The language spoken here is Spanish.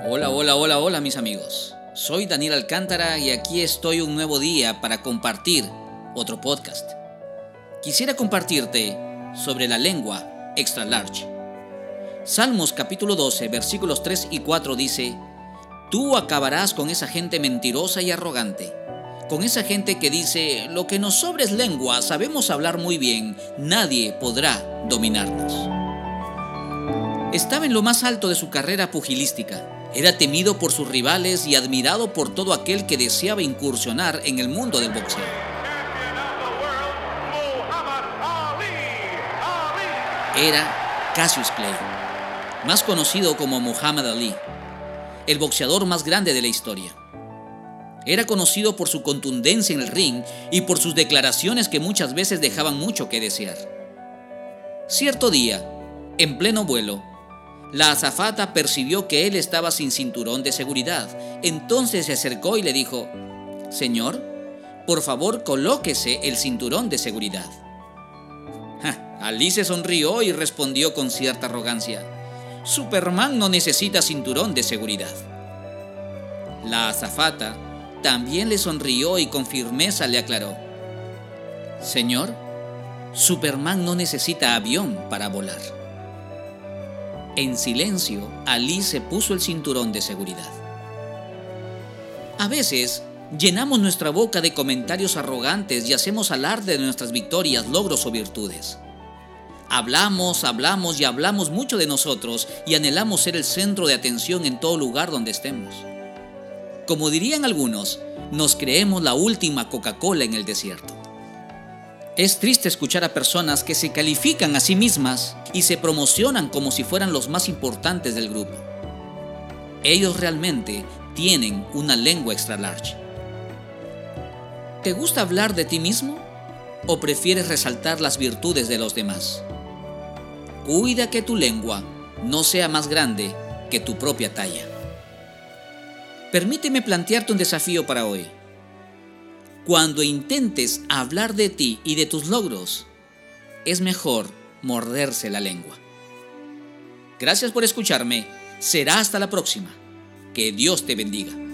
Hola mis amigos. Soy Daniel Alcántara y aquí estoy un nuevo día para compartir otro podcast. Quisiera compartirte sobre la lengua extra large. Salmos capítulo 12, versículos 3 y 4 dice: Tú acabarás con esa gente mentirosa y arrogante, con esa gente que dice, lo que nos sobra es lengua, sabemos hablar muy bien, nadie podrá dominarnos. Estaba en lo más alto de su carrera pugilística. Era temido por sus rivales y admirado por todo aquel que deseaba incursionar en el mundo del boxeo. Era Cassius Clay, más conocido como Muhammad Ali, el boxeador más grande de la historia. Era conocido por su contundencia en el ring y por sus declaraciones que muchas veces dejaban mucho que desear. Cierto día, en pleno vuelo, la azafata percibió que él estaba sin cinturón de seguridad. Entonces se acercó y le dijo: Señor, por favor colóquese el cinturón de seguridad. Ali se sonrió y respondió con cierta arrogancia: Superman no necesita cinturón de seguridad. La azafata también le sonrió y con firmeza le aclaró: Señor, Superman no necesita avión para volar. En silencio, Ali se puso el cinturón de seguridad. A veces, llenamos nuestra boca de comentarios arrogantes y hacemos alarde de nuestras victorias, logros o virtudes. Hablamos y hablamos mucho de nosotros y anhelamos ser el centro de atención en todo lugar donde estemos. Como dirían algunos, nos creemos la última Coca-Cola en el desierto. Es triste escuchar a personas que se califican a sí mismas y se promocionan como si fueran los más importantes del grupo. Ellos realmente tienen una lengua extra large. ¿Te gusta hablar de ti mismo o prefieres resaltar las virtudes de los demás? Cuida que tu lengua no sea más grande que tu propia talla. Permíteme plantearte un desafío para hoy. Cuando intentes hablar de ti y de tus logros, es mejor morderse la lengua. Gracias por escucharme. Será hasta la próxima. Que Dios te bendiga.